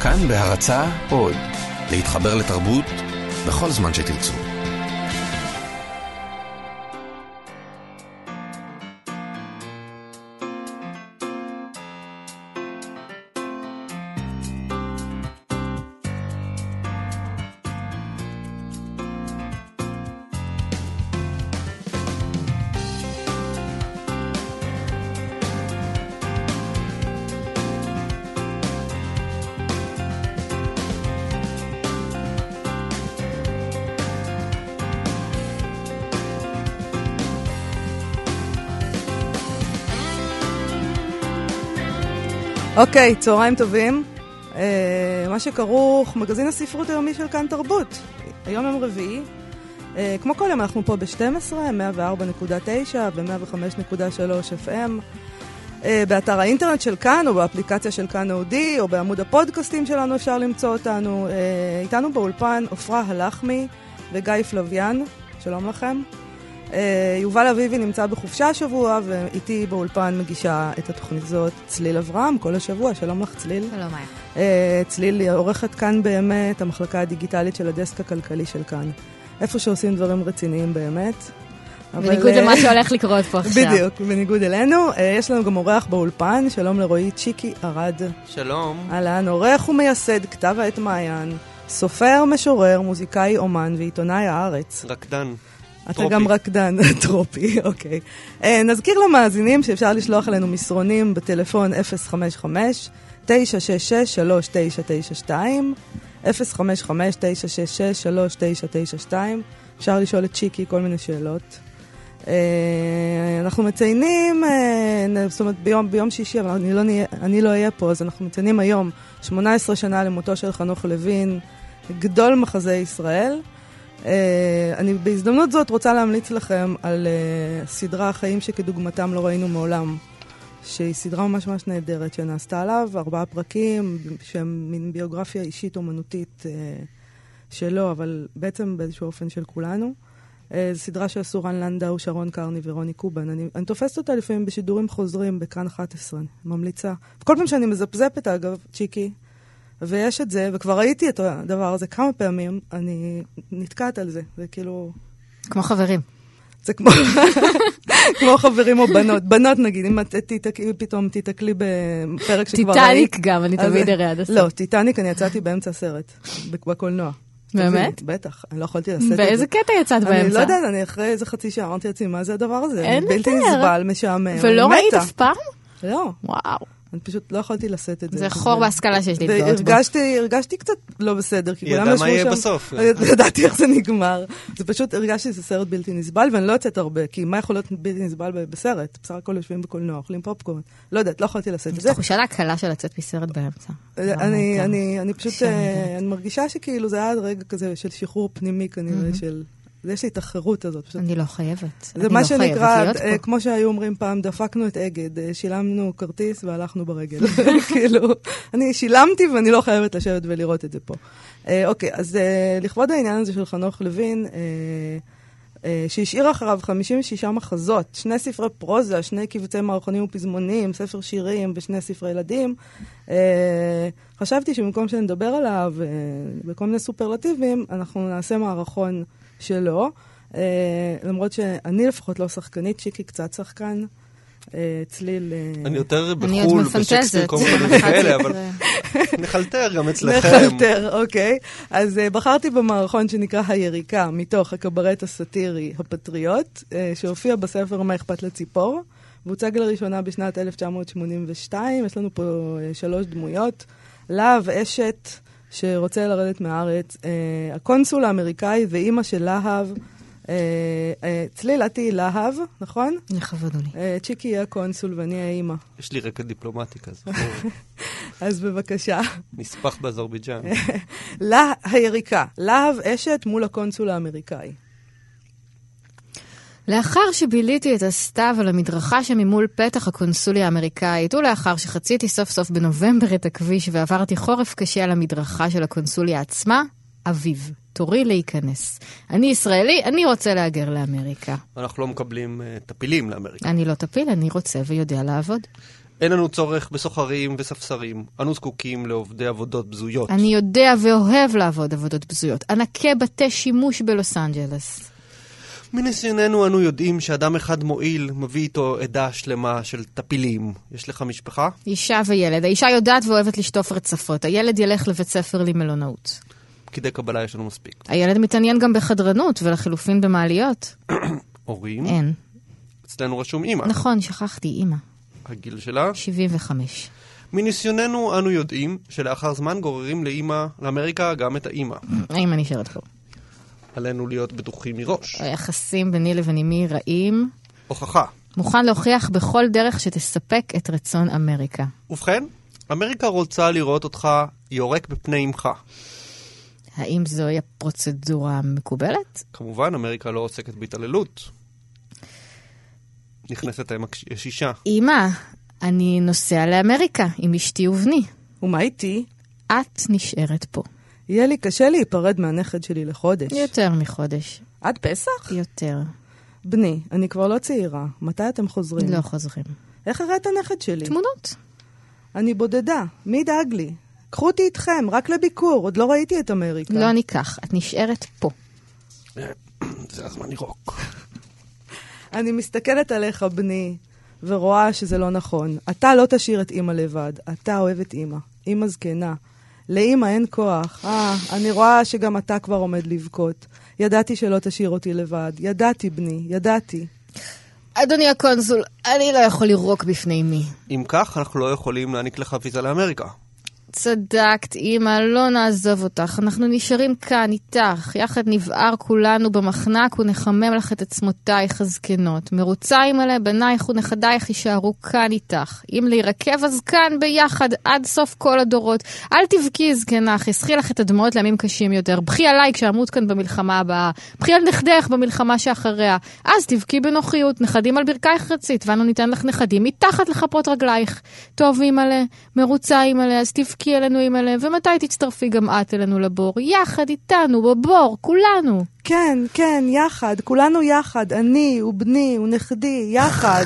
כאן בהרצאה עוד, להתחבר לתרבות בכל זמן שתרצו. אוקיי, צהריים טובים. מה שכרוך, מגזין הספרות היומי של כאן תרבות. היום יום רביעי. כמו כל יום אנחנו פה ב-12, 104.9 ו-105.3 FM. באתר האינטרנט של כאן או באפליקציה של כאן אודי או בעמוד הפודקאסטים שלנו אפשר למצוא אותנו. איתנו באולפן עופרה הלחמי וגיא פלוויאן. שלום לכם. יובל אביבי נמצא בחופשה השבוע, ואיתי באולפן מגישה את התוכנית הזאת צליל אברהם כל השבוע. שלום לך צליל. שלום מאיה. צליל היא עורכת כאן באמת, המחלקה הדיגיטלית של הדסק הכלכלי של כאן. איפה שעושים דברים רציניים באמת. בניגוד למה שהולך לקרות פה עכשיו. בדיוק, בניגוד אלינו. יש לנו גם אורח באולפן, שלום לרועי צ'יקי ארד. שלום. אהלן, עורך ומייסד כתב העת מעיין, סופר, משורר, מוזיקאי, אומן ועיתונאי הארץ. רקדן. אתה גם רקדן, טרופי, אוקיי. נזכיר למאזינים שאפשר לשלוח אלינו מסרונים בטלפון 055-966-3992, 055-966-3992. אפשר לשאול את צ'יקי כל מיני שאלות. אנחנו מציינים, זאת אומרת ביום שישי, אבל אני לא אהיה פה, אז אנחנו מציינים היום 18 שנה למותו של חנוך לוין, גדול מחזאי ישראל. אני בהזדמנות זאת רוצה להמליץ לכם על סדרה החיים שכדוגמתם לא ראינו מעולם, שהיא סדרה ממש ממש נהדרת שנעשתה עליו, 4 פרקים שהם מין ביוגרפיה אישית אומנותית שלו, אבל בעצם באיזשהו אופן של כולנו. זו סדרה שעשו רן לנדאו, שרון קרני ורוני קובן. אני תופסת אותה לפעמים בשידורים חוזרים בכאן 11, ממליצה. כל פעם שאני מזפזפת אגב, צ'יקי, ויש את זה, וכבר ראיתי את הדבר הזה כמה פעמים, אני נתקעת על זה, זה כאילו... כמו חברים. זה כמו חברים או בנות. בנות נגיד, אם פתאום תתקלי בפרק שכבר ראית. טיטניק גם, אני תמיד אראה עד הסרט. לא, טיטניק אני יצאתי באמצע הסרט, בקולנוע. באמת? בטח, אני לא יכולתי לעשות את זה. באיזה קטע יצאת באמצע? אני לא יודעת, אני אחרי איזה חצי שעה אמרתי לעצמי, מה זה הדבר הזה? אין בלתי נסבל, משעמם. ולא ראית אף פעם? לא. וואו. אני פשוט לא יכולתי לשאת את זה. זה חור בהשכלה שיש לי להתגאות בו. הרגשתי קצת לא בסדר. ידע מה יהיה בסוף. ידעתי איך זה נגמר. זה פשוט הרגשתי שזה סרט בלתי נסבל, ואני לא יוצאת הרבה, כי מה יכול להיות בלתי נסבל בסרט? בסך הכל יושבים בקולנוע, אוכלים פופקורן. לא יודעת, לא יכולתי לשאת את זה. תחושה להקלה של לצאת מסרט באמצע. אני פשוט, אני מרגישה שכאילו זה היה רגע כזה של שחרור פנימי כנראה של... יש לי את החירות הזאת. אני לא חייבת. זה מה שנקרא, כמו שהיו אומרים פעם, דפקנו את אגד, שילמנו כרטיס והלכנו ברגל. כאילו, אני שילמתי ואני לא חייבת לשבת ולראות את זה פה. אוקיי, אז לכבוד העניין הזה של חנוך לוין, שהשאיר אחריו 56 מחזות, 2 ספרי פרוזה, 2 קבצי מערכונים ופזמונים, ספר שירים ו2 ספרי ילדים. חשבתי שבמקום שנדבר עליו, בכל מיני סופרלטיבים, אנחנו נעשה מערכון שלו, למרות שאני לפחות לא שחקנית, צ'יקי קצת שחקן, צליל... אני יותר בחול, בשקספיר, כל מיני כאלה, אבל נחלטר גם אצלכם. נחלטר, אוקיי. אז בחרתי במערכון שנקרא היריקה, מתוך הקברט הסאטירי הפטריוט, שהופיע בספר מה אכפת לציפור, והוצג לראשונה בשנת 1982, יש לנו פה 3 דמויות, להב, אשת, שרוצה לרדת מהארץ, הקונסול האמריקאי ואימא של להב, צליל, את תהי להב, נכון? לכבוד לי. צ'יקי יהיה הקונסול ואני האימא. יש לי רקע דיפלומטי כזה. אז בבקשה. נספח באזרבייג'אן. היריקה, להב אשת מול הקונסול האמריקאי. לאחר שביליתי את הסתיו על המדרכה שממול פתח הקונסוליה האמריקאית, ולאחר שחציתי סוף סוף בנובמבר את הכביש ועברתי חורף קשה על המדרכה של הקונסוליה עצמה, אביב, תורי להיכנס. אני ישראלי, אני רוצה להגר לאמריקה. אנחנו לא מקבלים טפילים לאמריקה. אני לא טפיל, אני רוצה ויודע לעבוד. אין לנו צורך בסוחרים וספסרים. אנו זקוקים לעובדי עבודות בזויות. אני יודע ואוהב לעבוד עבודות בזויות. ענקי בתי שימוש בלוס אנג'לס. מניסיוננו אנו יודעים שאדם אחד מועיל מביא איתו עדה שלמה של טפילים. יש לך משפחה? אישה וילד. האישה יודעת ואוהבת לשטוף רצפות. הילד ילך לבית ספר למלונאות. פקידי קבלה יש לנו מספיק. הילד מתעניין גם בחדרנות ולחילופין במעליות. הורים? אין. אצלנו רשום אמא. נכון, שכחתי, אמא. הגיל שלה? 75. מניסיוננו אנו יודעים שלאחר זמן גוררים לאמריקה גם את האמא. האמא נשארת פה. עלינו להיות בטוחים מראש. היחסים ביני לבין אמי רעים. הוכחה. מוכן להוכיח בכל דרך שתספק את רצון אמריקה. ובכן, אמריקה רוצה לראות אותך יורק בפני אמך. האם זוהי הפרוצדורה מקובלת? כמובן, אמריקה לא עוסקת בהתעללות. נכנסת עם השישה. אמא, אני נוסע לאמריקה עם אשתי ובני. ומה איתי? את נשארת פה. יהיה לי קשה להיפרד מהנכד שלי לחודש. יותר מחודש. עד פסח? יותר. בני, אני כבר לא צעירה. מתי אתם חוזרים? לא חוזרים. איך הראת הנכד שלי? תמונות. אני בודדה. מי ידאג לי? קחו אותי איתכם, רק לביקור. עוד לא ראיתי את אמריקה. לא ניקח. את נשארת פה. זה הזמן לירוק. אני מסתכלת עליך, בני, ורואה שזה לא נכון. אתה לא תשאיר את אמא לבד. אתה אוהב את אמא. אמא זקנה. לאמא אין כוח. אני רואה שגם אתה כבר עומד לבכות. ידעתי שלא תשאיר אותי לבד. ידעתי, בני, ידעתי. אדוני הקונסול, אני לא יכול לירוק בפני מי. אם כך, אנחנו לא יכולים להעניק לך ויזה לאמריקה. צדקת, אמא, לא נעזוב אותך. אנחנו נשארים כאן איתך. יחד נבער כולנו במחנק ונחמם לך את עצמותייך הזקנות. מרוצה אמא בנייך ונכדייך יישארו כאן איתך. אם להירקב אז כאן ביחד עד סוף כל הדורות. אל תבכי זקנה, חסכי לך את הדמעות לימים קשים יותר. בכי עליי כשאמות כאן במלחמה הבאה. בכי על נכדך במלחמה שאחריה. אז תבכי בנוחיות, נכדים על ברכייך רצית, ואנו ניתן לך נכדים מתחת לכפות רגלייך. טוב אמא, מרוצה אמא, אז תבכי אלינו אימא'לה, ומתי תצטרפי גם את אלינו לבור? יחד איתנו, בבור, כולנו. כן, כן, יחד, כולנו יחד, אני ובני ונכדי, יחד.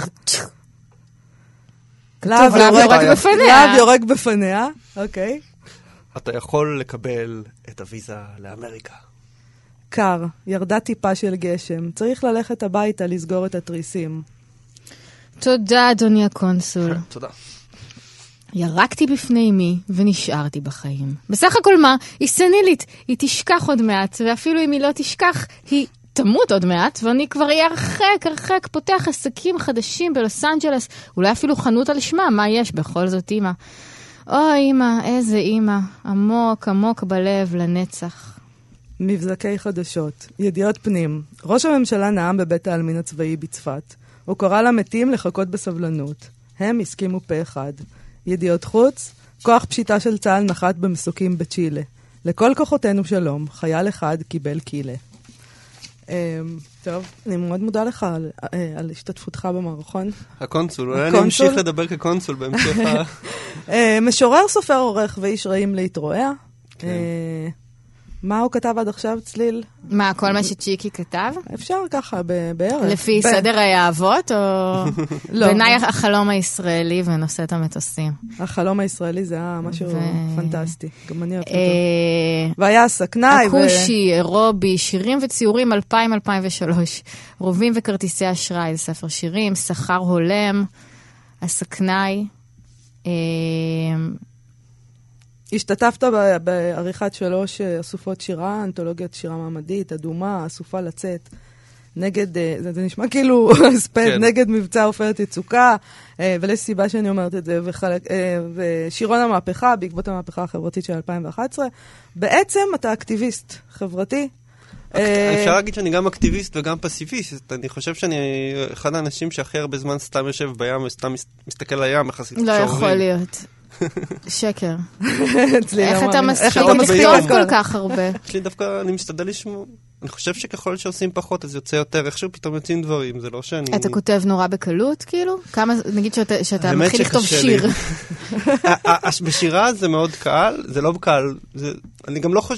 להב יורק בפניה. להב יורק בפניה, אוקיי. אתה יכול לקבל את הוויזה לאמריקה. קר, ירדה טיפה של גשם. צריך ללכת הביתה לסגור את התריסים. תודה, אדוני הקונסול. תודה. ירקתי בפני אמי ונשארתי בחיים. בסך הכל מה? היא סנילית, היא תשכח עוד מעט, ואפילו אם היא לא תשכח, היא תמות עוד מעט, ואני כבר אהיה הרחק, פותח עסקים חדשים בלוס אנג'לס, אולי אפילו חנות על שמה, מה יש בכל זאת אמא? אוי אמא, איזה אמא, עמוק עמוק בלב לנצח. מבזקי חדשות, ידיעות פנים. ראש הממשלה נאם בבית העלמין הצבאי בצפת. הוא קרא למתים לחכות בסבלנות. הם הסכימו פה אחד. ידיעות חוץ, כוח פשיטה של צה"ל נחת במסוקים בצ'ילה. לכל כוחותינו שלום, חייל אחד קיבל קילה. טוב, אני מאוד מודה לך על השתתפותך במערכון. הקונסול, אולי אני אמשיך לדבר כקונסול בהמשך משורר, סופר, עורך ואיש רעים להתרועע. מה הוא כתב עד עכשיו, צליל? מה, כל מה שצ'יקי כתב? אפשר ככה, בערך. לפי סדר האהבות, או... בעיניי החלום הישראלי ונושא את המטוסים. החלום הישראלי זה היה משהו פנטסטי. גם אני אוהבת אותו. והיה הסכנאי. הקושי, אירובי, שירים וציורים 2000-2003. רובים וכרטיסי אשראי, זה ספר שירים, שכר הולם, הסכנאי. השתתפת בעריכת 3 אסופות שירה, אנתולוגיית שירה מעמדית, אדומה, אסופה לצאת, נגד, זה נשמע כאילו ספד, נגד מבצע עופרת יצוקה, וליש סיבה שאני אומרת את זה, ושירון המהפכה, בעקבות המהפכה החברתית של 2011, בעצם אתה אקטיביסט חברתי. אפשר להגיד שאני גם אקטיביסט וגם פסיפיסט. אני חושב שאני אחד האנשים שהכי הרבה זמן סתם יושב בים וסתם מסתכל על הים יחסית. לא יכול להיות. שקר. איך אתה מסכים לכתוב כל כך הרבה? יש לי דווקא, אני משתדל לשמוע. אני חושב שככל שעושים פחות, אז יוצא יותר. איכשהו פתאום יוצאים דברים, זה לא שאני... אתה כותב נורא בקלות, כאילו? כמה, נגיד שאתה מתחיל לכתוב שיר. בשירה זה מאוד קל, זה לא קל. אני גם לא חושב...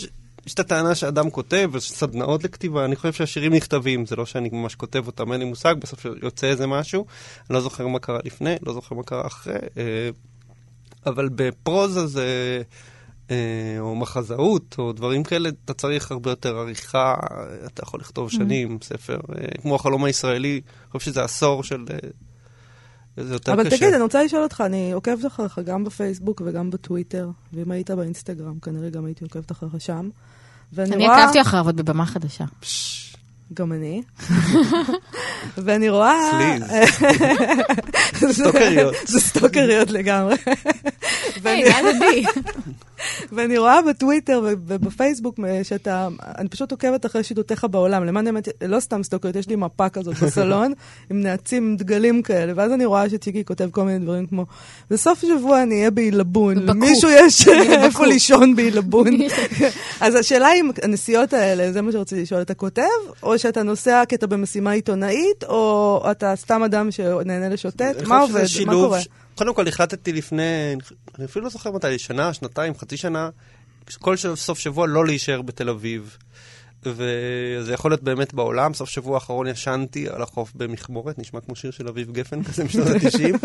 יש את הטענה שאדם כותב, יש סדנאות לכתיבה, אני חושב שהשירים נכתבים, זה לא שאני ממש כותב אותם, אין לי מושג, בסוף יוצא איזה משהו, אני לא זוכר מה קרה לפני, לא זוכר מה קרה אחרי, אבל בפרוזה זה, או מחזאות, או דברים כאלה, אתה צריך הרבה יותר עריכה, אתה יכול לכתוב שנים, ספר, כמו החלום הישראלי, אני חושב שזה עשור של... אבל תגיד, אני רוצה לשאול אותך, אני עוקבת אחריך גם בפייסבוק וגם בטוויטר, ואם היית באינסטגרם, כנראה גם הייתי עוקבת אחריך שם. אני עקבתי אחריו עוד בבמה חדשה. גם אני. ואני רואה... סליז. סטוקריות. זה סטוקריות לגמרי. היי, נדדי. ואני רואה בטוויטר ובפייסבוק שאתה, אני פשוט עוקבת אחרי שידותיך בעולם, למען האמת, לא סתם סטוקריות, יש לי מפה כזאת בסלון, עם נעצים, עם דגלים כאלה, ואז אני רואה שצ'יקי כותב כל מיני דברים כמו, בסוף שבוע אני אהיה בעילבון, למישהו יש איפה לישון בעילבון. אז השאלה אם הנסיעות האלה, זה מה שרציתי לשאול, אתה כותב, או שאתה נוסע כי אתה במשימה עיתונאית, או אתה סתם אדם שנהנה לשוטט? מה עובד? מה קורה? קודם כל החלטתי לפני, אני אפילו לא זוכר מתי, שנה, שנתיים, חצי שנה, כל סוף שבוע לא להישאר בתל אביב. וזה יכול להיות באמת בעולם. סוף שבוע האחרון ישנתי על החוף במכמורת, נשמע כמו שיר של אביב גפן כזה משנות ה-90.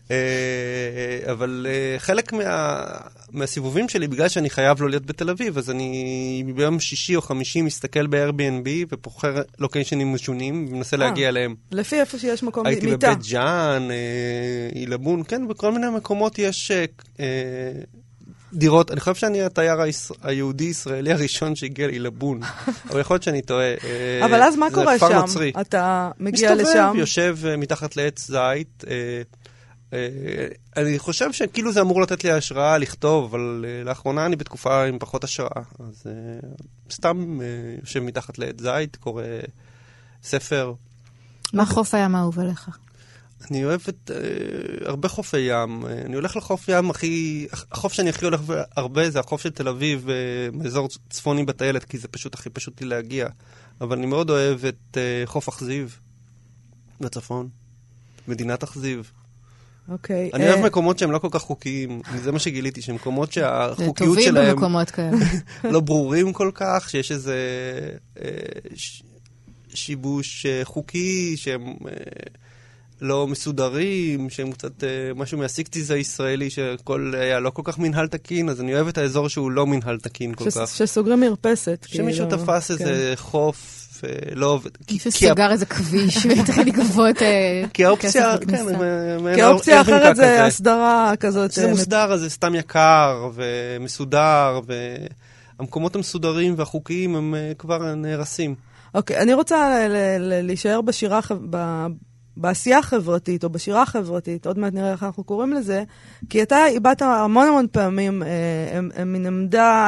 אבל חלק מהסיבובים שלי, בגלל שאני חייב לא להיות בתל אביב, אז אני ביום שישי או חמישי מסתכל ב-Airbnb ובוחר לוקיישנים משונים, ומנסה להגיע אליהם. לפי איפה שיש מקום מיטה. הייתי בבית ג'אן, אילבון, כן, בכל מיני מקומות יש... דירות, אני חושב שאני התייר היהודי-ישראלי הראשון שהגיע לאילבון, אבל יכול להיות שאני טועה. אבל אז מה קורה שם? אתה מגיע לשם? מסתובב, יושב מתחת לעץ זית. אני חושב שכאילו זה אמור לתת לי השראה לכתוב, אבל לאחרונה אני בתקופה עם פחות השראה. אז סתם יושב מתחת לעץ זית, קורא ספר. מה חוף הים האהוב עליך? אני אוהב הרבה חופי ים. אני הולך לחוף ים החוף שאני הכי הולך הרבה זה החוף של תל אביב, מאזור צפוני בטיילת, כי זה פשוט הכי פשוט לי להגיע. אבל אני מאוד אוהב את חוף אכזיב בצפון. מדינת אכזיב. אוקיי. אני אוהב מקומות שהם לא כל כך חוקיים. זה מה שגיליתי, שמקומות שהחוקיות שלהם... טובים במקומות כאלה. לא ברורים כל כך, שיש איזה שיבוש חוקי, שהם... לא מסודרים, שהם קצת משהו מהסיקטיז הישראלי, שכל היה לא כל כך מנהל תקין, אז אני אוהב את האזור שהוא לא מנהל תקין כל כך. שסוגרים מרפסת. שמישהו תפס איזה חוף, לא... שסוגר איזה כביש, והתחיל לגבות כסף בכניסה. כי האופציה אחרת זה הסדרה כזאת. זה מוסדר, אז זה סתם יקר ומסודר, והמקומות המסודרים והחוקיים הם כבר נהרסים. אוקיי, אני רוצה להישאר בשירה... בעשייה החברתית, או בשירה החברתית, עוד מעט נראה איך אנחנו קוראים לזה, כי אתה איבדת המון פעמים מן עמדה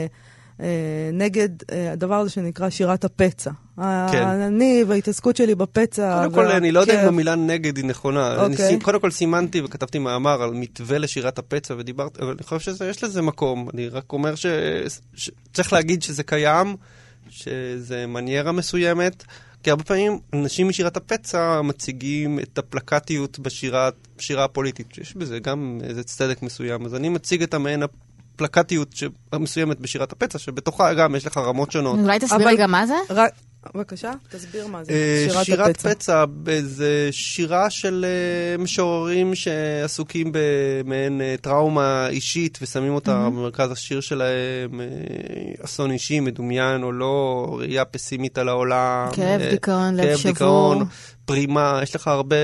נגד הדבר הזה שנקרא שירת הפצע. כן. אני וההתעסקות שלי בפצע. קודם כל, אני לא יודע אם המילה נגד היא נכונה. קודם כל סימנתי וכתבתי מאמר על מתווה לשירת הפצע, ודיברתי, אבל אני חושב שיש לזה מקום. אני רק אומר שצריך להגיד שזה קיים, שזה מניירה מסוימת, כי הרבה פעמים אנשים משירת הפצע מציגים את הפלקטיות בשירה הפוליטית. יש בזה גם איזה צדק מסוים. אז אני מציג את המעין הפלקטיות מסוימת בשירת הפצע, שבתוכה גם יש לך רמות שונות. אולי תסביר לי גם מה זה? בבקשה, תסביר מה זה שירת פצע. זה שירה של משוררים שעסוקים במעין טראומה אישית, ושמים אותה במרכז השיר שלהם, אסון אישי, מדומיין או לא, ראייה פסימית על העולם. כאב, דיכאון, לב שבור. פרימה, יש לך הרבה...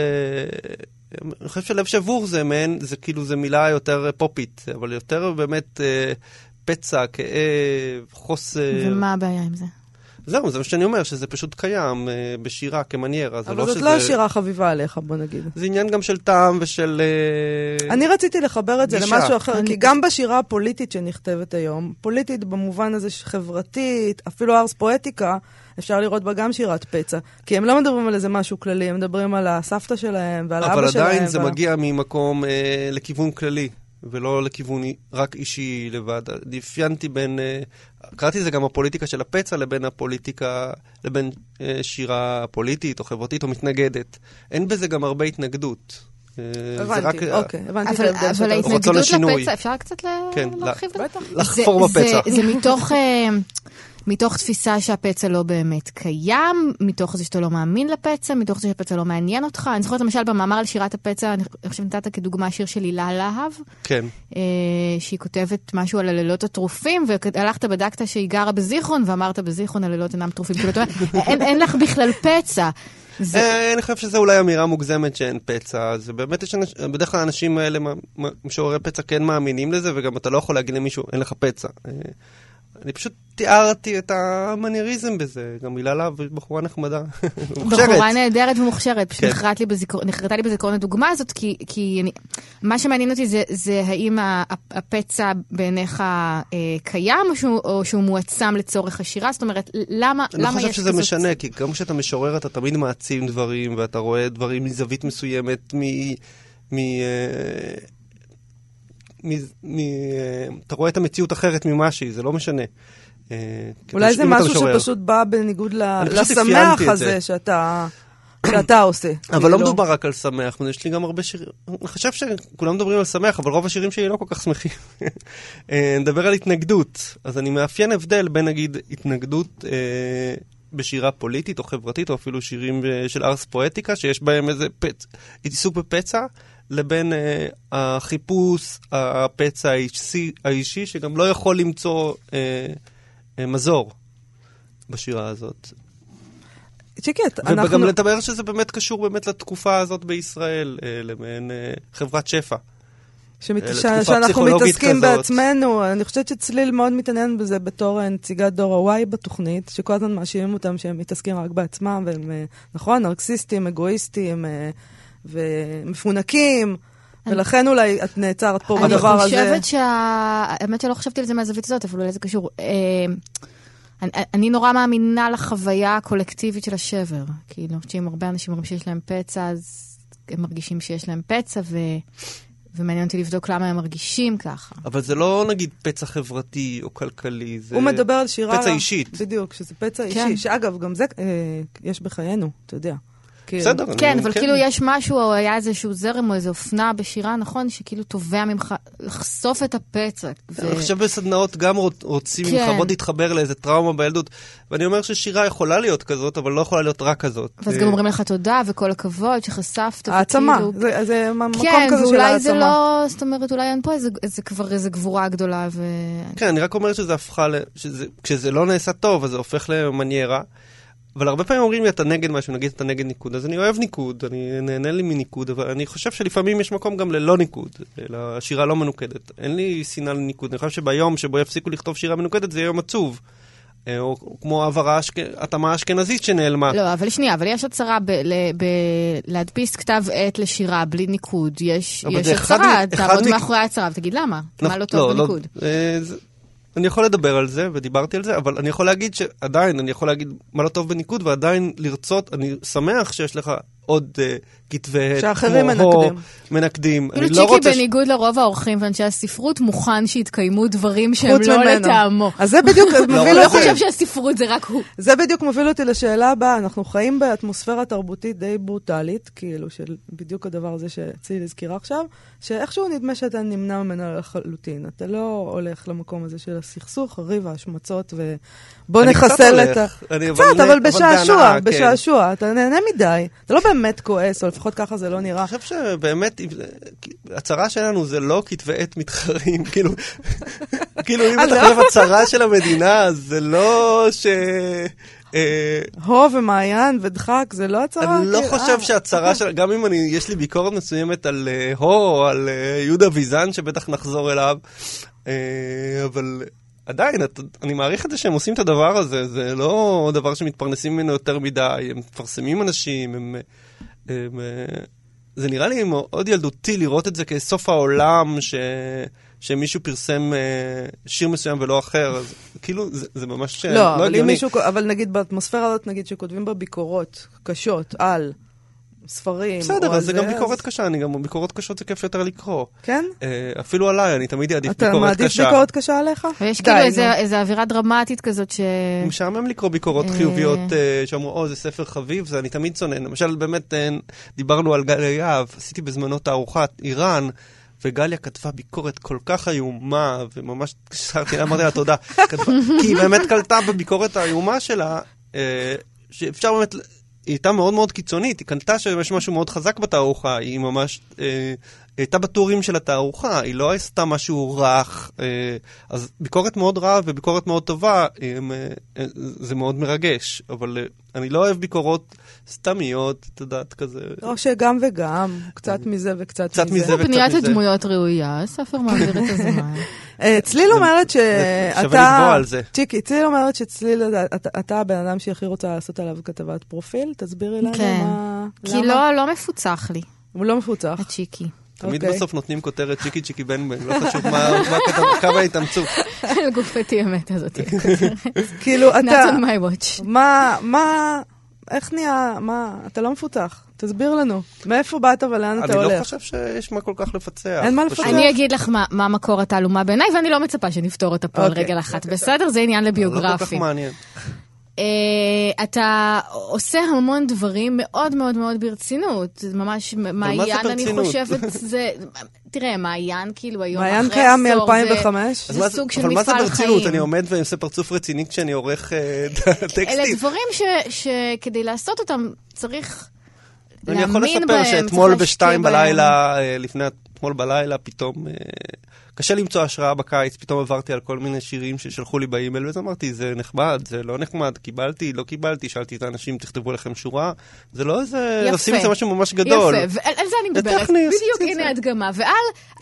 אני חושב שלב שבור זה מעין, זה כאילו זה מילה יותר פופית, אבל יותר באמת פצע, כאב, חוסר. ומה הבעיה עם זה? זהו, זה מה שאני אומר, שזה פשוט קיים בשירה כמניירה. אבל זאת לא שירה חביבה עליך, בוא נגיד. זה עניין גם של טעם ושל... אני רציתי לחבר את זה למשהו אחר, כי גם בשירה הפוליטית שנכתבת היום, פוליטית במובן הזה חברתית, אפילו ארס פואטיקה, אפשר לראות בה גם שירת פצע. כי הם לא מדברים על איזה משהו כללי, הם מדברים על הסבתא שלהם ועל האבא שלהם. אבל עדיין זה מגיע ממקום לכיוון כללי. ולא לכיוון רק אישי לבד. דפיינתי בין, קראתי זה גם הפוליטיקה של הפצע לבין הפוליטיקה, לבין שירה פוליטית או חברתית או מתנגדת. אין בזה גם הרבה התנגדות. הבנתי, אוקיי, הבנתי את ההבדל. אבל ההתנגדות לפצע, אפשר קצת להרחיב? לחפור בפצע. זה מתוך תפיסה שהפצע לא באמת קיים, מתוך זה שאתה לא מאמין לפצע, מתוך זה שהפצע לא מעניין אותך. אני זוכרת למשל במאמר על שירת הפצע, אני חושב נתת כדוגמה השיר של הילה להב, כן. שהיא כותבת משהו על הלילות הטרופים, והלכת בדקת שהיא גרה בזיכרון, ואמרת בזיכרון הלילות אינם טרופים. אין לך בכלל פצע. אני חושב שזו אולי אמירה מוגזמת שאין פצע. זה באמת, בדרך כלל האנשים האלה, משוררי פצע כן מאמינים לזה, וגם אתה לא יכול להגיד למישהו, אין לך פצע. אני פשוט תיארתי את המנייריזם בזה. גם הילה להב, בחורה נחמדה. בחורה נהדרת ומוכשרת. פשוט נחרתה לי בזיכרון הדוגמה הזאת, כי מה שמעניין אותי זה האם הפצע בעיניך קיים, או שהוא מועצם לצורך השירה? זאת אומרת, למה יש כזאת? אני חושב שזה משנה, כי גם כשאתה משורר, אתה תמיד מעצים דברים, ואתה רואה דברים מזווית מסוימת, אתה רואה את המציאות אחרת ממשהי, זה לא משנה. אולי זה משהו שפשוט בא בניגוד לשמח הזה שאתה עושה. אבל לא מדובר רק על שמח, יש לי גם הרבה שירים, אני חושב שכולם מדברים על שמח, אבל רוב השירים שלי לא כל כך שמחים. נדבר על התנגדות, אז אני מאפיין הבדל בין נגיד התנגדות בשירה פוליטית או חברתית, או אפילו שירים של ארס פואטיקה, שיש בהם איזה עיסוק בפצע, לבין החיפוש, הפצע האישי, שגם לא יכול למצוא מזור בשירה הזאת. צ'יקט, וגם לדבר שזה באמת קשור באמת לתקופה הזאת בישראל, למעין חברת שפע. שאנחנו מתעסקים בעצמנו. אני חושבת שצליל מאוד מתעניין בזה בתור נציגת דור ה-Y בתוכנית, שכל הזמן מאשימים אותם שהם מתעסקים רק בעצמם, והם, נכון, נרקסיסטים, אגואיסטים, ומפונקים, ולכן אולי את נעצרת פה בדבר הזה. אני חושבת האמת שלא חשבתי על זה מהזווית הזאת, אבל אולי זה קשור. אני נורא מאמינה לחוויה הקולקטיבית של השבר. כאילו, שאם הרבה אנשים אומרים שיש להם פצע, אז הם מרגישים שיש להם פצע, ומעניין אותי לבדוק למה הם מרגישים ככה. אבל זה לא נגיד פצע חברתי או כלכלי, זה הוא מדבר על שירה פצע אישית. בדיוק, שזה פצע אישי, שאגב, גם זה יש בחיינו, אתה יודע. בסדר. כן, אבל כאילו יש משהו, או היה איזשהו זרם, או איזו אופנה בשירה, נכון, שכאילו תובע ממך לחשוף את הפצע. אני חושב בסדנאות גם רוצים ממך מאוד להתחבר לאיזה טראומה בילדות, ואני אומר ששירה יכולה להיות כזאת, אבל לא יכולה להיות רק כזאת. ואז גם אומרים לך תודה, וכל הכבוד שחשפת. העצמה, זה מקום כזה של העצמה. כן, ואולי זה לא, זאת אומרת, אולי אין פה כבר איזה גבורה גדולה. כן, אני רק אומר שזה הפכה, כשזה לא נעשה טוב, אז זה הופך למניירה. אבל הרבה פעמים אומרים לי, אתה נגד משהו, נגיד אתה נגד ניקוד, אז אני אוהב ניקוד, אני נהנה לי מניקוד, אבל אני חושב שלפעמים יש מקום גם ללא ניקוד, לשירה לא מנוקדת. אין לי שנאה לניקוד, אני חושב שביום שבו יפסיקו לכתוב שירה מנוקדת, זה יום עצוב. או כמו התאמה האשכנזית שנעלמה. לא, אבל שנייה, אבל יש הצהרה להדפיס כתב עת לשירה בלי ניקוד. יש הצהרה, תעמוד מאחורי ההצהרה, ותגיד למה? מה לא טוב בניקוד? אני יכול לדבר על זה, ודיברתי על זה, אבל אני יכול להגיד שעדיין, אני יכול להגיד מה לא טוב בניקוד, ועדיין לרצות, אני שמח שיש לך עוד כתבי שאחרים מנקדים. כאילו צ'יקי בניגוד לרוב האורחים ואנשי הספרות, מוכן שהתקיימו דברים שהם לא לטעמו. אז זה בדיוק מוביל אותי. הוא לא חושב שהספרות זה רק הוא. זה בדיוק מוביל אותי לשאלה הבאה. אנחנו חיים באטמוספירה תרבותית די ברוטלית, כאילו של בדיוק הדבר הזה שציל הזכירה עכשיו, שאיכשהו נדמה שאתה נמנע ממנה לחלוטין. אתה לא הולך למקום הזה של הסכסוך, הריב, ההשמצות, ובוא נחסל את קצת, אבל בשעשוע. אתה נהנה מדי. אתה לא באמת כועס, או לפחות ככה זה לא נראה. אני חושב שבאמת, הצהרה שלנו זה לא כתבי עת מתחרים, כאילו אם אתה חושב הצהרה של המדינה, זה לא ש... הו ומעיין ודחק, זה לא הצהרה. אני לא חושב שהצהרה של... גם אם יש לי ביקורת מסוימת על הו, או על יהודה ויזן, שבטח נחזור אליו, אבל... עדיין, אני מעריך את זה שהם עושים את הדבר הזה, זה לא דבר שמתפרנסים ממנו יותר מדי, הם מפרסמים אנשים, זה נראה לי מאוד ילדותי לראות את זה כסוף העולם, שמישהו פרסם שיר מסוים ולא אחר, אז כאילו זה ממש לא הגיוני. אבל נגיד באטמוספירה הזאת, נגיד שכותבים בה ביקורות קשות על ספרים. בסדר, אז זה גם ביקורת קשה, גם ביקורות קשות זה כיף יותר לקרוא. כן? אפילו עליי, אני תמיד אעדיף ביקורת קשה. אתה מעדיף ביקורת קשה עליך? ויש כאילו איזו אווירה דרמטית כזאת משעמם לקרוא ביקורות חיוביות שאמרו, זה ספר חביב, זה אני תמיד צונן. למשל, באמת, דיברנו על גליה יהב, עשיתי בזמנו תערוכת איראן, וגליה כתבה ביקורת כל כך איומה, וממש שרתי, אמרתי לה תודה, כי היא באמת קלטה בביקורת האיומה שלה, שאפשר באמת, היא הייתה מאוד מאוד קיצונית, היא קלטה שיש משהו מאוד חזק בתערוכה, היא ממש, היא הייתה בטורים של התערוכה, היא לא עשתה משהו רך, אז ביקורת מאוד רעה וביקורת מאוד טובה, זה מאוד מרגש, אבל אני לא אוהב ביקורות סתמיות, את יודעת, כזה. או שגם וגם, קצת מזה וקצת מזה. בניית הדמויות ראויה, ספר מעביר את הזמן. צליל אומרת שאתה... שווה לקבוע על זה. צ'יקי, צליל אומרת שצליל, אתה הבן אדם שהכי רוצה לעשות עליו כתבת פרופיל, תסבירי לנו מה... כי לא מפוצח לי. הוא לא מפוצח. הצ'יקי. תמיד בסוף נותנים כותרת צ'יקי צ'יקי בן בן, לא חשוב כמה התאמצו. על גופתי אמת הזאת. כאילו אתה... Not on my watch. איך נהיה, אתה לא מפותח. תסביר לנו. מאיפה באת ולאן אתה הולך? אני לא חושב שיש מה כל כך לפצח. אין מה לפצח. אני אגיד לך מה מקור התעלומה בעיניי, ואני לא מצפה שנפתור אותה פה על רגל אחת. בסדר? זה עניין לביוגרפי. לא כל כך מעניין. אתה עושה המון דברים מאוד מאוד מאוד ברצינות. ממש מעיין, אני חושבת, זה... תראה, מעיין כאילו היום אחרי עשור. מעיין קיים מ-2005. זה סוג של אבל מה זה מפעל ברצינות? חיים. אני עומד ועושה פרצוף רציני כשאני עורך טקסטים. אלה דברים שכדי לעשות אותם צריך אני יכול להאמין לספר בהם. שאתמול בשתיים בלילה, אתמול בלילה פתאום... קשה למצוא השראה בקיץ, פתאום עברתי על כל מיני שירים ששלחו לי באימייל, ואז אמרתי, זה נחמד, זה לא נחמד, קיבלתי, לא קיבלתי, שאלתי את האנשים, תכתבו לכם שורה, זה לא איזה, לשים את זה משהו ממש גדול. יפה, ועל זה אני מדברת, בדיוק, הנה הדגמה, ועל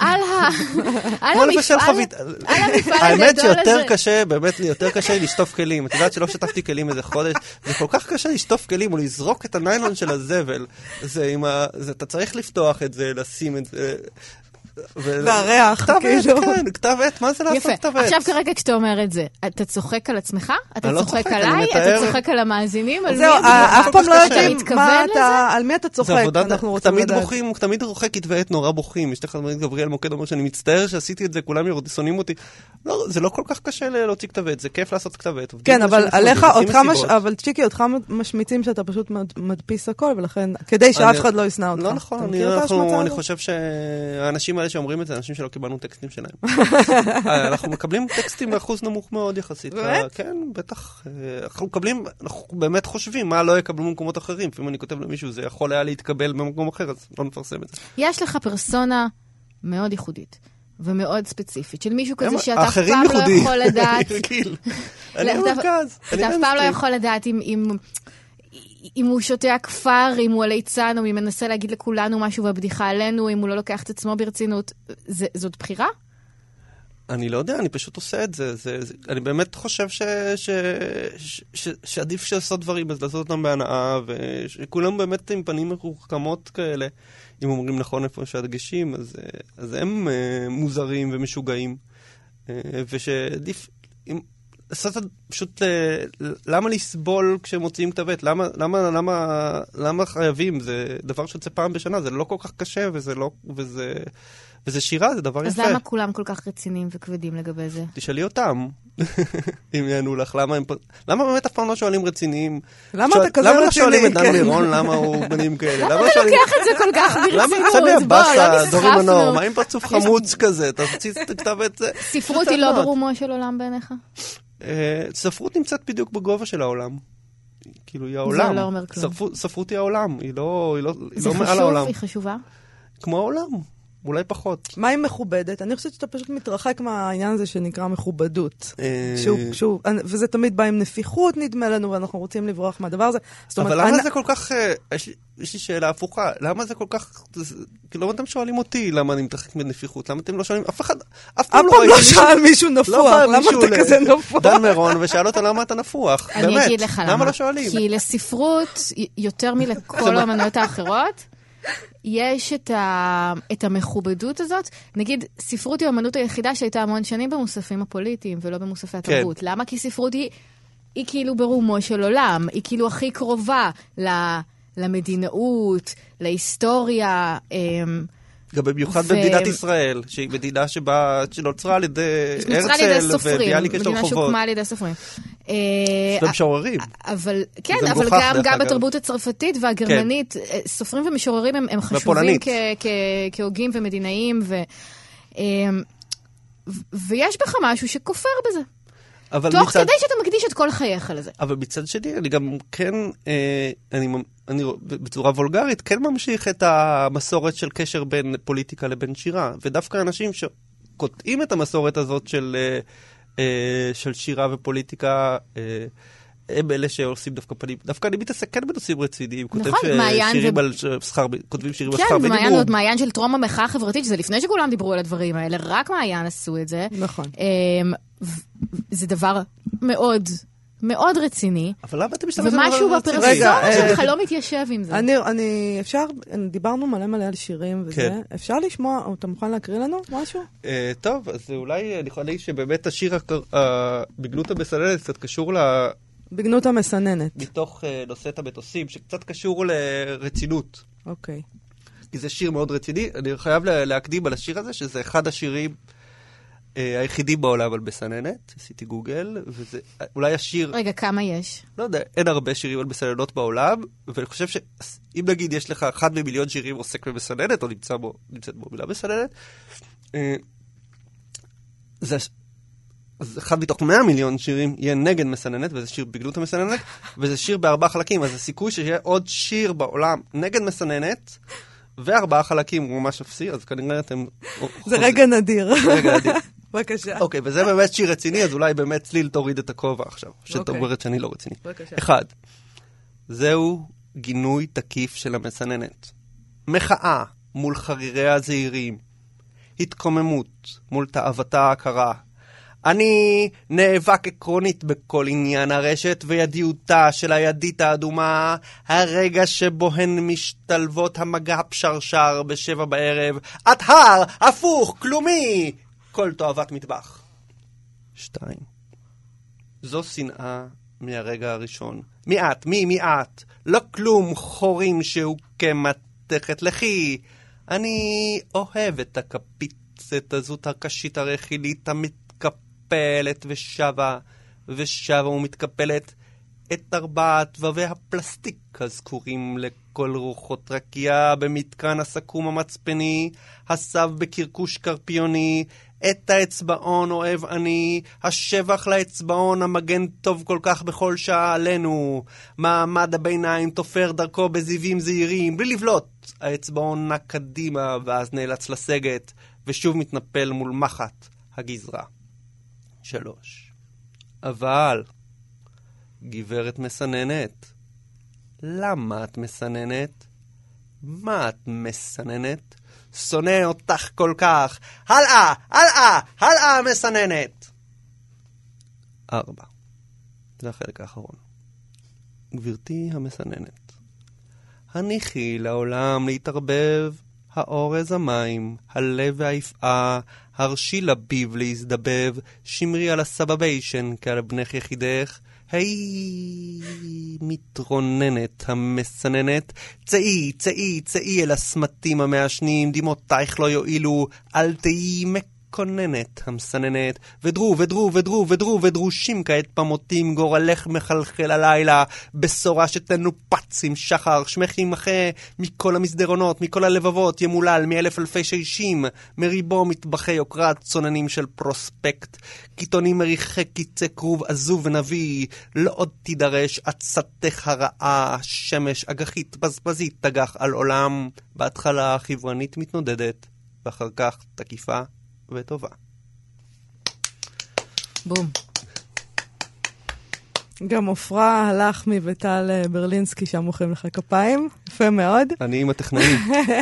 המפעל האמת שיותר קשה, באמת לי, יותר קשה לשטוף כלים, את יודעת שלא שטפתי כלים איזה חודש, זה כל כך קשה לשטוף כלים, או לזרוק את הניילון של הזבל, אתה צריך לפתוח את זה, לשים את זה, והריח, כאילו. כן, כתב עת, מה זה לעשות כתב עת? עכשיו כרגע כשאתה אומר את זה, אתה צוחק על עצמך? אתה צוחק עליי? אתה צוחק על המאזינים? זהו, אף פעם לא יודעים על מי אתה צוחק. תמיד רוחק כתבי עת נורא בוכים. יש לך גבריאל מוקד אומר שאני מצטער שעשיתי את זה, כולם שונאים אותי. לא, זה לא כל כך קשה להוציא כתב עת, זה כיף לעשות כתב עת. כן, אבל צ'יקי, אותך משמיצים שאתה פשוט מדפיס הכל, ולכן, כדי שאף אחד לא ישנא אותך. לא נכון, אני חושב שהאנשים האלה שאומרים את זה, אנשים שלא קיבלנו טקסטים שלהם. אנחנו מקבלים טקסטים באחוז נמוך מאוד יחסית. כן, בטח. אנחנו באמת חושבים מה לא יקבלו במקומות אחרים. אם אני כותב למישהו, זה יכול היה להתקבל במקום אחר, אז לא נפרסם את זה. יש לך פרסונה מאוד ייחודית, ומאוד ספציפית, של מישהו כזה שאתה אף פעם לא יכול לדעת... אני מרכז. אתה אף פעם לא יכול לדעת אם הוא שותה הכפר, אם הוא עלי צן, או אם מנסה להגיד לכולנו משהו והבדיחה עלינו, אם הוא לא לוקח את עצמו ברצינות. זאת בחירה? אני לא יודע, אני פשוט עושה את זה. אני באמת חושב שעדיף שעשות דברים, אז לעשות אותם בהנאה, וכולם באמת עם פנים מרוחכמות כאלה, אם אומרים נכון איפה שהדגשים, אז הם מוזרים ומשוגעים. ושעדיף... פשוט למה לסבול כשמוציאים כתבת? למה חייבים? זה דבר שיוצא פעם בשנה, זה לא כל כך קשה, וזה שירה, זה דבר יפה. אז למה כולם כל כך רציניים וכבדים לגבי זה? תשאלי אותם, אם יענו לך, למה באמת אף פעם לא שואלים רציניים? למה אתה כזה רציני? למה לא שואלים את דן מירון, למה הוא בנים כאלה? למה אתה לוקח את זה כל כך ברצינות? למה צבי הבאסה, דורי מנור, מה עם פרצוף חמוץ כזה? אתה רוצה לכתוב את זה? ספרות היא לא ברומו של עולם בעיניך? ספרות נמצאת בדיוק בגובה של העולם. כאילו, היא העולם. זה לא אומר כלום. ספרות היא העולם, היא לא זה מעל העולם. חשוב? היא חשובה? כמו העולם, אולי פחות. מה היא מכובדת? אני חושבת שאתה פשוט מתרחק מהעניין הזה שנקרא מכובדות. וזה תמיד בא עם נפיחות, נדמה לנו, ואנחנו רוצים לברוח מהדבר הזה. אבל למה זה כל כך... יש לי שאלה הפוכה, למה זה כל כך... כאילו, אתם שואלים אותי למה אני מתרחק מנפיחות, למה אתם לא שואלים... אף פעם לא שאל מישהו נפוח, למה אתה כזה נפוח? דן מירון, ושאל אותו למה אתה נפוח. אני אגיד לך למה לא שואלים? כי לספרות, יותר מלכל האמנויות האחרות, יש את המכובדות הזאת. נגיד, ספרות היא האמנות היחידה שהייתה המון שנים במוספים הפוליטיים, ולא במוספי התרבות. למה? כי ספרות היא כאילו ברומו של עולם, היא כאילו הכי קרובה למדינאות, להיסטוריה. גם במיוחד במדינת ישראל, שהיא מדינה שנוצרה על ידי הרצל וביאליק יש מדינה שהוקמה על ידי סופרים. ומשוררים. אבל כן, אבל גם בתרבות הצרפתית והגרמנית, סופרים ומשוררים הם חשובים כהוגים ומדינאים, ויש בך משהו שכופר בזה. תוך כדי שאתה מקדיש את כל חייך לזה. אבל מצד שני, אני גם כן, אני בצורה וולגרית, כן ממשיך את המסורת של קשר בין פוליטיקה לבין שירה, ודווקא אנשים שקוטעים את המסורת הזאת של שירה ופוליטיקה, הם אלה שעושים דווקא פנים. דווקא אני מתעסק כן בנושאים רציניים, כותבים שירים על שכר מינימום. כן, ומעיין עוד מעיין של טרום המחאה החברתית, שזה לפני שכולם דיברו על הדברים האלה, רק מעיין עשו את זה. נכון. זה דבר מאוד, מאוד רציני. אבל למה אתם משתמשים? ומשהו בפרסונה שלך לא מתיישב עם זה. דיברנו מלא על שירים וזה. אפשר לשמוע, או אתה מוכן להקריא לנו משהו? טוב, אז אולי אני יכול להגיד שבאמת השיר בגנות המסננת קצת קשור בגנות המסננת. מתוך נושאת המטוסים, שקצת קשור לרצינות. אוקיי. כי זה שיר מאוד רציני. אני חייב להקדים על השיר הזה, שזה אחד השירים היחידים בעולם על מסננת. עשיתי גוגל, וזה אולי השיר... רגע, כמה יש? לא יודע, אין הרבה שירים על מסננות בעולם, ואני חושב שאם נגיד יש לך 1 ממיליון שירים עוסק במסננת, או נמצאת בו מילה מסננת, אז 1 מתוך 100 מיליון שירים יהיה נגד מסננת, וזה שיר בגנות המסננת, וזה שיר ב4 חלקים, אז הסיכוי שיהיה עוד שיר בעולם נגד מסננת, ו4 חלקים הוא ממש אפסי, אז כנראה אתם... זה רגע נדיר. רגע נדיר. בבקשה. אוקיי, וזה באמת שיר רציני, אז אולי באמת צליל תוריד את הכובע עכשיו, שאת אומרת שאני לא רציני. בבקשה. 1. זהו גינוי תקיף של המסננת. מחאה מול חרירי הזעירים. התקוממות מול תאוותה ההכרה. אני נאבק עקרונית בכל עניין הרשת וידיעותה של הידית האדומה, הרגע שבו הן משתלבות המגע פשרשר ב7 בערב, את הר, הפוך, כלומי, כל תאוות מטבח. 2. זו שנאה מהרגע הראשון. מיעט, מיעט, לא כלום חורים שהוא כמתכת לכי. אני אוהב את הקפיצת הזאת הקשית הרכילית מתקפלת ושבה ומתקפלת את 4 תבבי הפלסטיק הזכורים לכל רוחות רקיעה במתקן הסכום המצפני, הסב בקרקוש קרפיוני, את האצבעון אוהב אני, השבח לאצבעון המגן טוב כל כך בכל שעה עלינו, מעמד הביניים תופר דרכו בזיבים זהירים, בלי לבלוט, האצבעון נע קדימה ואז נאלץ לסגת, ושוב מתנפל מול מחט הגזרה. 3. אבל, גברת מסננת, למה את מסננת? מה את מסננת? שונא אותך כל כך. הלאה, הלאה, הלאה מסננת. 4. זה החלק האחרון. גברתי המסננת, הניחי לעולם להתערבב, האורז המים, הלב והיפעה, הרשי לביב להזדבב, שמרי על הסבביישן כעל בנך יחידך, היי מתרוננת המסננת, צאי, צאי, צאי אל הסמטים המעשנים, דמעותייך לא יועילו, אל תהי מקוננת המסננת, ודרו, ודרו, ודרו, ודרו, ודרושים כעת פמותים, גורלך מחלחל הלילה, בשורה שתנופץ עם שחר, שמך ימחה מכל המסדרונות, מכל הלבבות, ימולל מאלף אלפי שישים, מריבו מטבחי יוקרת, צוננים של פרוספקט, קיתונים מריחי קיצי כרוב עזוב ונביא, לא עוד תידרש עצתך הרעה, שמש אגחית בזבזית תגח על עולם, בהתחלה חברנית מתנודדת, ואחר כך תקיפה וטובה. בום. גם עופרה הלך מביטל ברלינסקי שם מוחאים לך כפיים, יפה מאוד. אני עם הטכנאים.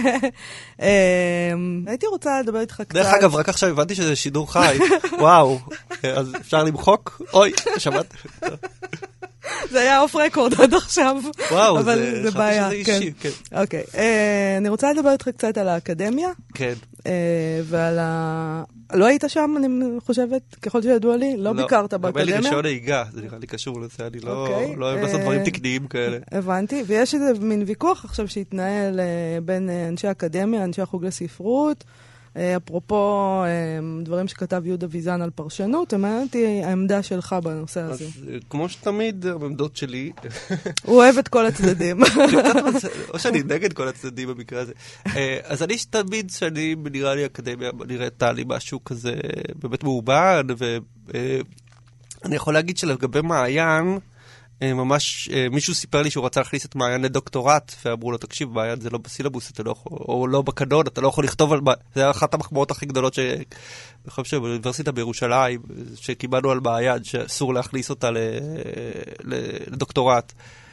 הייתי רוצה לדבר איתך קצת. דרך אגב, רק עכשיו הבנתי שזה שידור חי. וואו, אז אפשר למחוק? אוי, שמעת? זה היה אוף רקורד עד עכשיו. וואו, זה בעיה. חשבתי שזה אישי, כן. אוקיי, אני רוצה לדבר איתך קצת על האקדמיה. כן. ועל לא היית שם, אני חושבת, ככל שידוע לי? לא ביקרת באקדמיה? הרבה לי רישיון נהיגה, זה נראה לי קשור לזה, אני לא אוהב לעשות דברים תקניים כאלה. הבנתי, ויש איזה מין ויכוח עכשיו שהתנהל בין אנשי האקדמיה, אנשי החוג לספרות, אפרופו דברים שכתב יהודה ויזן על פרשנות, אמרתי העמדה שלך בנושא הזה. אז כמו שתמיד, העמדות שלי... הוא אוהב את כל הצדדים. או שאני נגד כל הצדדים במקרה הזה. אז אני תמיד שאני נראה לי אקדמיה, נראתה לי משהו כזה באמת מעובד, ואני יכול להגיד שלגבי מעיין, ממש מישהו סיפר לי שהוא רצה להכניס את מעיין לדוקטורט, ואמרו לו, תקשיב, מעיין זה לא בסילבוס, אתה לא יכול, או לא בקנון, אתה לא יכול לכתוב על מעיין, זה היה אחת המחמאות הכי גדולות שאני חושב שבאוניברסיטה בירושלים, שקיבלנו על מעיין, שאסור להכניס אותה לדוקטורט.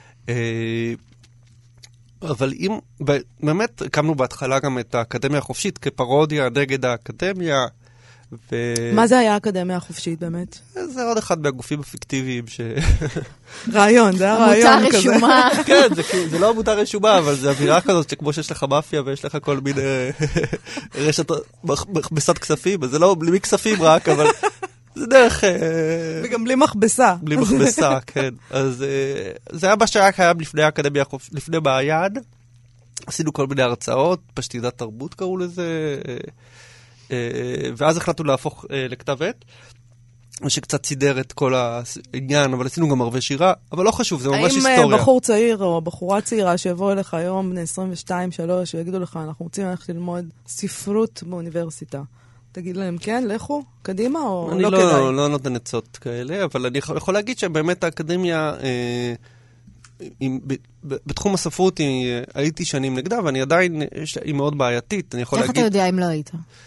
אבל אם, באמת הקמנו בהתחלה גם את האקדמיה החופשית כפרודיה נגד האקדמיה, מה זה היה האקדמיה החופשית באמת? זה עוד אחד מהגופים הפיקטיביים רעיון, זה היה רעיון כזה. עמותה רשומה. כן, זה לא עמותה רשומה, אבל זה אווירה כזאת שכמו שיש לך מאפיה ויש לך כל מיני רשת מכבסת כספים, אז זה לא בלי כספים רק, אבל זה דרך... וגם בלי מכבסה. בלי מכבסה, כן. אז זה היה מה שהיה קיים לפני האקדמיה, לפני מעיין. עשינו כל מיני הרצאות, פשטידת תרבות קראו לזה, ואז החלטנו להפוך לכתב עת, שקצת סידר את כל העניין, אבל עשינו גם ערבי שירה, אבל לא חשוב, זה ממש היסטוריה. האם בחור צעיר או בחורה צעירה שיבואו אליך היום, בני 22-3, ויגידו לך, אנחנו רוצים ללכת ללמוד ספרות באוניברסיטה. תגיד להם, כן, לכו, קדימה, או לא כדאי? אני לא נותן עצות כאלה, אבל אני יכול להגיד שבאמת האקדמיה, בתחום הספרות הייתי שנים נגדה, ואני עדיין, היא מאוד בעייתית. איך אתה יודע אם לא היית?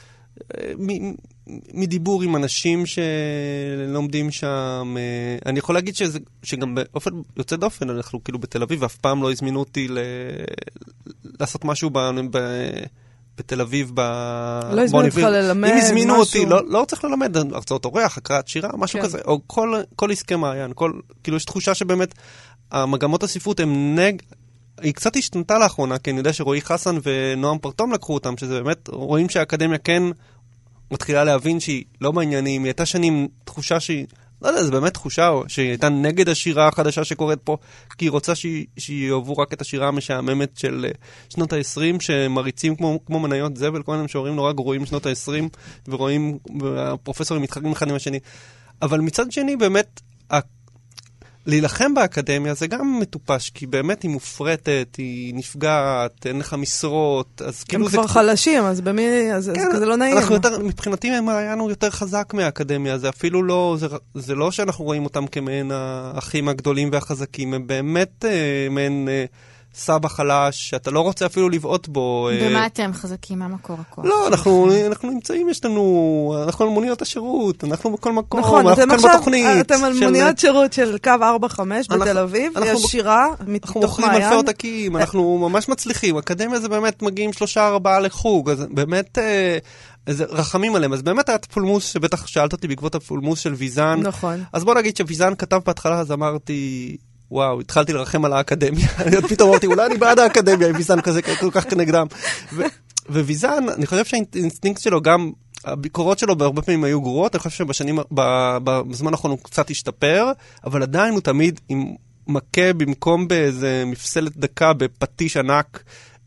מדיבור עם אנשים שלומדים שם, אני יכול להגיד שגם באופן יוצא דופן, אנחנו כאילו בתל אביב, ואף פעם לא הזמינו אותי לעשות משהו בתל אביב לא הזמינו אותך ללמד אם הזמינו אותי, לא צריך ללמד, הרצאות אורח, הקראת שירה, משהו כזה, או כל עסקי מעיין, כאילו יש תחושה שבאמת המגמות הספרות הם היא קצת השתנתה לאחרונה, כי אני יודע שרועי חסן ונועם פרטום לקחו אותם, שזה באמת, רואים שהאקדמיה כן מתחילה להבין שהיא לא מעניינים, היא הייתה שנים תחושה שהיא, לא יודע, זה באמת תחושה, שהיא הייתה נגד השירה החדשה שקורית פה, כי היא רוצה שיאהבו רק את השירה המשעממת של שנות ה-20, שמריצים כמו מניות זבל, כל מיני משוררים נורא גרועים שנות ה-20, ורואים, הפרופסורים מתחרים אחד עם השני. אבל מצד שני, באמת, להילחם באקדמיה זה גם מטופש, כי באמת היא מופרטת, היא נפגעת, אין לך משרות, אז כאילו זה... הם כבר חלשים, אז במי... אז זה לא נעים. מבחינתי הם היינו יותר חזק מהאקדמיה, זה אפילו לא... זה לא שאנחנו רואים אותם כמעין האחים הגדולים והחזקים, הם באמת מעין... סבא חלש, שאתה לא רוצה אפילו לבעוט בו. ומה אתם חזקים? מה מקור הכוח? לא, אנחנו נמצאים, אנחנו על מוניות השירות, אנחנו בכל מקום, נכון, אנחנו כאן בתוכנית. אתם על מוניות שירות של קו 4-5 בתל אביב, יש שירה מתוך מעיין. אנחנו מוכרים אלפי עותקים, אנחנו ממש מצליחים. אקדמיה זה באמת מגיעים 3-4 לחוג, אז באמת... רחמים עליהם, אז באמת היה הפולמוס שבטח שאלת אותי בעקבות הפולמוס של ויזן. נכון. אז בוא נגיד שוויזן כתב בהתחלה, אז אמרתי... וואו, התחלתי לרחם על האקדמיה. אני עוד פתאום אמרתי, אולי אני בעד האקדמיה, עם ויזן כזה כל כך כנגדם. וויזן, אני חושב שהאינסטינקט שלו גם, הביקורות שלו בהרבה פעמים היו גרועות, אני חושב בזמן האחרון הוא קצת השתפר, אבל עדיין הוא תמיד עם מכה במקום באיזה מפסלת דקה, בפטיש ענק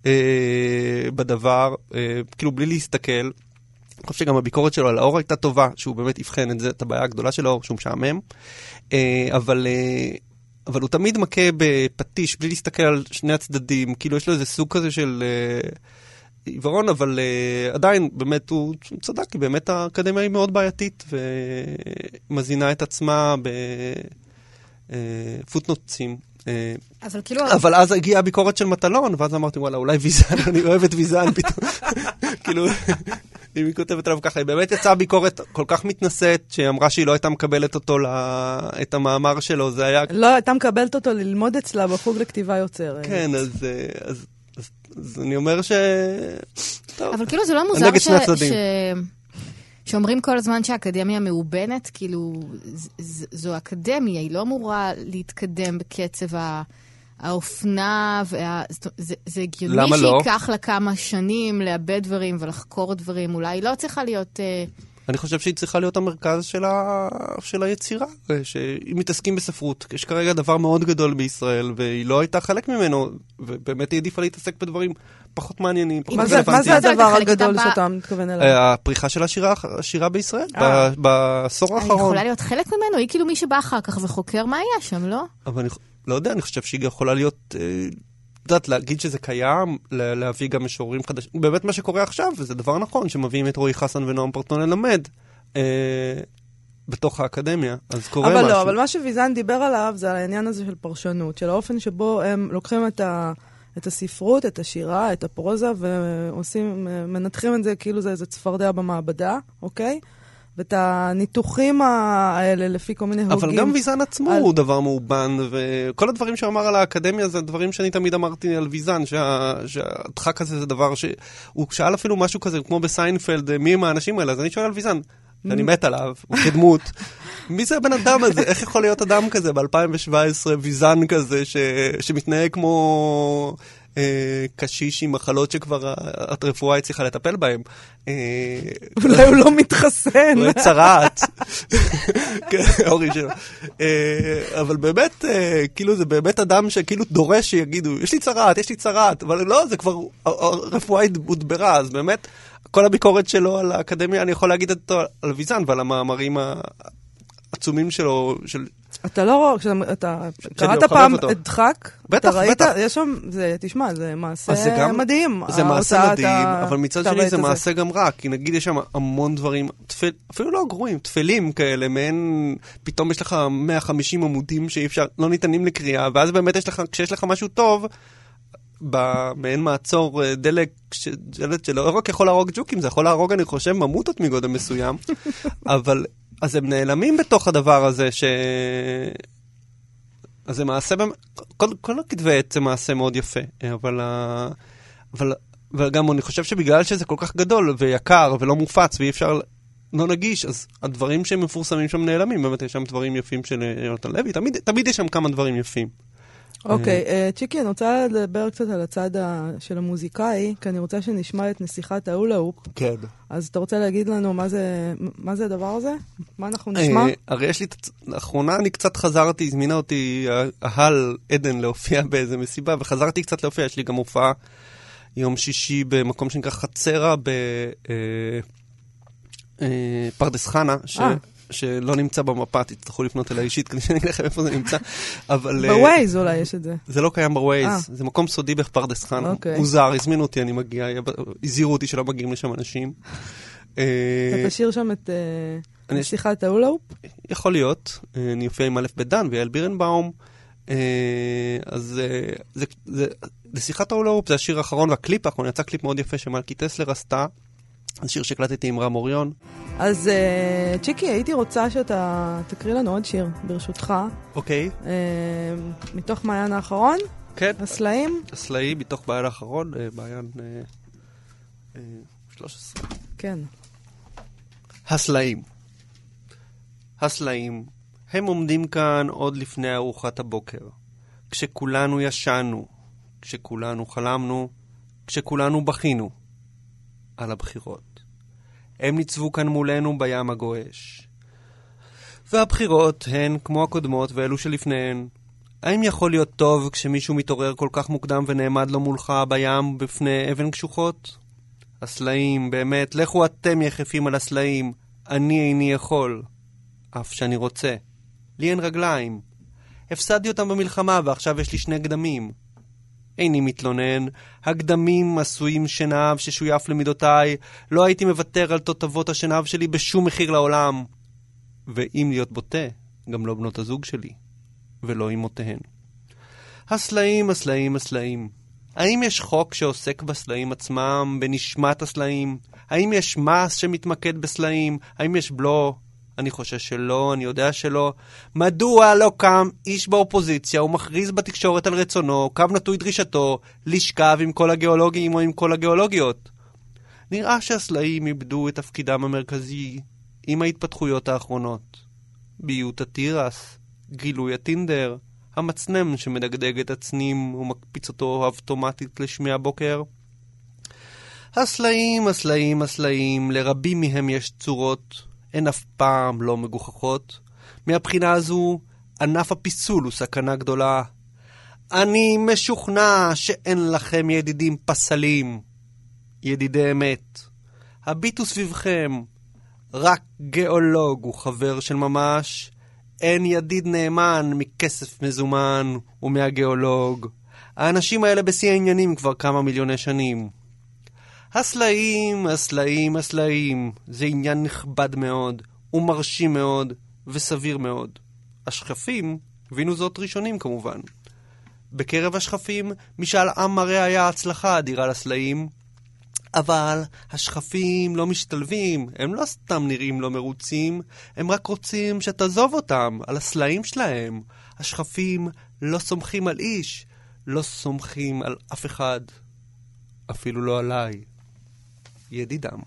בדבר, כאילו בלי להסתכל. אני חושב שגם הביקורת שלו על האור הייתה טובה, שהוא באמת יבחן את זה, את הבעיה הגדולה של האור, שהוא משעמם. אבל הוא תמיד מכה בפטיש, בלי להסתכל על שני הצדדים, כאילו יש לו איזה סוג כזה של עיוורון, אבל עדיין באמת הוא צדק, כי באמת האקדמיה היא מאוד בעייתית, ומזינה את עצמה בפוטנוצים. אבל אז הגיעה הביקורת של מטלון, ואז אמרתי, וואלה, אולי ויזן, אני אוהב את ויזן פתאום. כאילו... אם היא כותבת עליו ככה, היא באמת יצאה ביקורת כל כך מתנשאת, שהיא אמרה שהיא לא הייתה מקבלת אותו, את המאמר שלו, זה היה... לא הייתה מקבלת אותו ללמוד אצלה בחוג לכתיבה יוצרת. כן, אז אני אומר ש... אבל כאילו זה לא מוזר שאומרים כל הזמן שהאקדמיה מאובנת, כאילו, זו אקדמיה, היא לא אמורה להתקדם בקצב האופנה, זה הגיוני שיקח לה כמה שנים לאבד דברים ולחקור דברים, אולי היא לא צריכה להיות... אני חושב שהיא צריכה להיות המרכז של היצירה, שאם מתעסקים בספרות, יש כרגע דבר מאוד גדול בישראל, והיא לא הייתה חלק ממנו, ובאמת היא עדיפה להתעסק בדברים פחות מעניינים. מה זה הדבר הגדול שאתה מתכוון אליו? הפריחה של השירה בישראל, בעשור האחרון. היא יכולה להיות חלק ממנו? היא כאילו מי שבא אחר כך וחוקר מה היה שם, לא? אבל אני לא יודע, אני חושב שהיא יכולה להיות... יודעת, להגיד שזה קיים, להביא גם משוררים חדשים. באמת מה שקורה עכשיו, וזה דבר נכון, שמביאים את רועי חסן ונועם פרטון ללמד בתוך האקדמיה, אז קורה משהו. אבל מה שוויזן דיבר עליו, זה על העניין הזה של פרשנות, של האופן שבו הם לוקחים את הספרות, את השירה, את הפרוזה, ועושים, מנתחים את זה כאילו זה איזה צפרדע במעבדה, אוקיי? ואת הניתוחים האלה לפי כל מיני הוגים. אבל גם ויזן עצמו הוא דבר מאובן, וכל הדברים שאמר על האקדמיה זה דברים שאני תמיד אמרתי על ויזן, שהדחק הזה זה דבר שהוא שאל אפילו משהו כזה, כמו בסיינפלד, מי הם האנשים האלה? אז אני שואל על ויזן, שאני מת עליו, הוא כדמות. מי זה הבן אדם הזה? איך יכול להיות אדם כזה ב-2017, ויזן כזה, שמתנהג כמו... קשיש עם מחלות שכבר הרפואה הצליחה לטפל בהם. אולי הוא לא מתחסן. הוא צרעת. אורי שלו. אבל באמת, כאילו זה באמת אדם שכאילו דורש שיגידו, יש לי צרעת, אבל לא, זה כבר, הרפואה הודברה, אז באמת, כל הביקורת שלו על האקדמיה, אני יכול להגיד אותו על ויזן ועל המאמרים העצומים שלו, אתה לא רואה, אתה קראת פעם את דחק? בטח, בטח. יש שם, תשמע, זה מעשה מדהים. זה מעשה מדהים, אבל מצד שני זה מעשה גם רע, כי נגיד יש שם המון דברים, אפילו לא גרועים, תפלים כאלה, מעין, פתאום יש לך 150 עמודים שאי אפשר, לא ניתנים לקריאה, ואז באמת כשיש לך משהו טוב, במעין מעצור דלק שלא רק יכול להרוג ג'וקים, זה יכול להרוג, אני חושב, ממוטות מגודל מסוים, אבל... אז הם נעלמים בתוך הדבר הזה, אז זה מעשה, כל הכתבי עת זה מעשה מאוד יפה, אבל גם אני חושב שבגלל שזה כל כך גדול ויקר ולא מופץ ואי אפשר לא נגיש, אז הדברים שהם מפורסמים שם נעלמים, באמת יש שם דברים יפים של יונתן לוי, תמיד יש שם כמה דברים יפים. אוקיי, צ'יקי, אני רוצה לדבר קצת על הצד של המוזיקאי, כי אני רוצה שנשמע את נסיכת ההולה-הופ. כן. אז אתה רוצה להגיד לנו מה זה הדבר הזה? מה אנחנו נשמע? הרי יש לי, לאחרונה אני קצת חזרתי, הזמינה אותי ההל עדן להופיע באיזה מסיבה, וחזרתי קצת להופיע, יש לי גם הופעה יום שישי במקום שנקרא חצרה בפרדס חנה, שלא נמצא במפה, תצטרכו לפנות אליי אישית, כדי שאני אגיד לכם איפה זה נמצא. בווייז אולי יש את זה. זה לא קיים בווייז, זה מקום סודי בפרדס חנה. מוזר, הזמינו אותי, אני מגיע, הזהירו אותי שלא מגיעים לשם אנשים. אתה תשאיר שם את נסיכת ההולה-הופ? יכול להיות. אני אופיע עם א' בדן ויעל בירנבאום. אז נסיכת ההולה-הופ זה השיר האחרון והקליפ האחרון, יצא קליפ מאוד יפה שמלכי טסלר עשתה. זה שיר שהקלטתי עם רם אוריון. אז צ'יקי, הייתי רוצה שאתה תקריא לנו עוד שיר, ברשותך. אוקיי. מתוך מעיין האחרון? כן. הסלעים? הסלעים, מתוך מעיין האחרון, מעיין 13. כן. הסלעים. הסלעים. הם עומדים כאן עוד לפני ארוחת הבוקר. כשכולנו ישנו, כשכולנו חלמנו, כשכולנו בכינו. על הבחירות. הם ניצבו כאן מולנו בים הגועש. והבחירות הן כמו הקודמות ואלו שלפניהן. האם יכול להיות טוב כשמישהו מתעורר כל כך מוקדם ונעמד לו מולך בים בפני אבן קשוחות? הסלעים, באמת, לכו אתם יחפים על הסלעים. אני איני יכול. אף שאני רוצה. לי אין רגליים. הפסדתי אותם במלחמה ועכשיו יש לי 2 גדמים. איני מתלונן, הגדמים עשויים שנהב ששויף למידותיי, לא הייתי מוותר על תותבות השנהב שלי בשום מחיר לעולם. ואם להיות בוטה, גם לא בנות הזוג שלי, ולא אמותיהן. הסלעים, הסלעים, הסלעים. האם יש חוק שעוסק בסלעים עצמם, בנשמת הסלעים? האם יש מס שמתמקד בסלעים? האם יש בלו? אני חושש שלא, אני יודע שלא. מדוע לא קם איש באופוזיציה ומכריז בתקשורת על רצונו, קו נטוי דרישתו, לשכב עם כל הגיאולוגים או עם כל הגיאולוגיות? נראה שהסלעים איבדו את תפקידם המרכזי עם ההתפתחויות האחרונות. ביות התירס, גילוי הטינדר, המצנם שמדגדג את הצנים ומקפיץ אותו אוטומטית לשמי הבוקר. הסלעים, לרבים מהם יש צורות, הן אף פעם לא מגוחכות. מהבחינה הזו, ענף הפיסול הוא סכנה גדולה. אני משוכנע שאין לכם ידידים פסלים. ידידי אמת. הביטו סביבכם. רק גיאולוג הוא חבר של ממש. אין ידיד נאמן מכסף מזומן ומהגיאולוג. האנשים האלה בשיא העניינים כבר כמה מיליוני שנים. הסלעים. זה עניין נכבד מאוד, ומרשים מאוד, וסביר מאוד. השכפים, הבינו זאת ראשונים כמובן. בקרב השכפים, משאל עם מראה היה הצלחה אדירה לסלעים, אבל השכפים לא משתלבים, הם לא סתם נראים לא מרוצים, הם רק רוצים שתעזוב אותם, על הסלעים שלהם. השכפים לא סומכים על איש, לא סומכים על אף אחד, אפילו לא עליי. ידידם.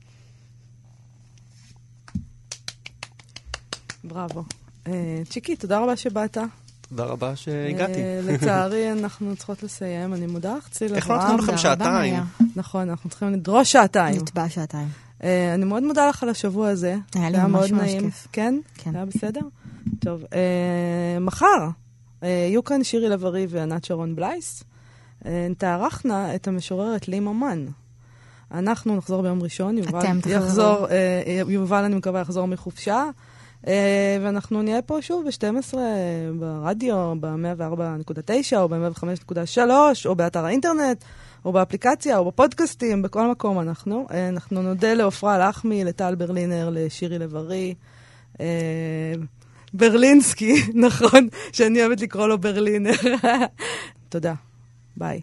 בראבו. צ'יקי, תודה רבה שבאת. תודה רבה שהגעתי. לצערי, אנחנו צריכות לסיים. אני מודה לך, צילה. איך נתנו לכם שעתיים? נכון, אנחנו צריכים לדרוש שעתיים. נתבע שעתיים. אני מאוד מודה לך על השבוע הזה. היה לי ממש כיף. כן? כן. היה בסדר? טוב. מחר, יהיו כאן שירי לב-ארי וענת שרון בלייס. תערכנה את המשוררת לי ממן. אנחנו נחזור ביום ראשון. יובל, אני מקווה, יחזור מחופשה. ואנחנו נהיה פה שוב ב-12 ברדיו, ב-104.9 או ב-105.3 או באתר האינטרנט או באפליקציה או בפודקאסטים, בכל מקום אנחנו נודה לאופרה לחמי, לטל ברלינר, לשירי לב-ארי, ברלינסקי, נכון, שאני אוהבת לקרוא לו ברלינר. תודה, ביי.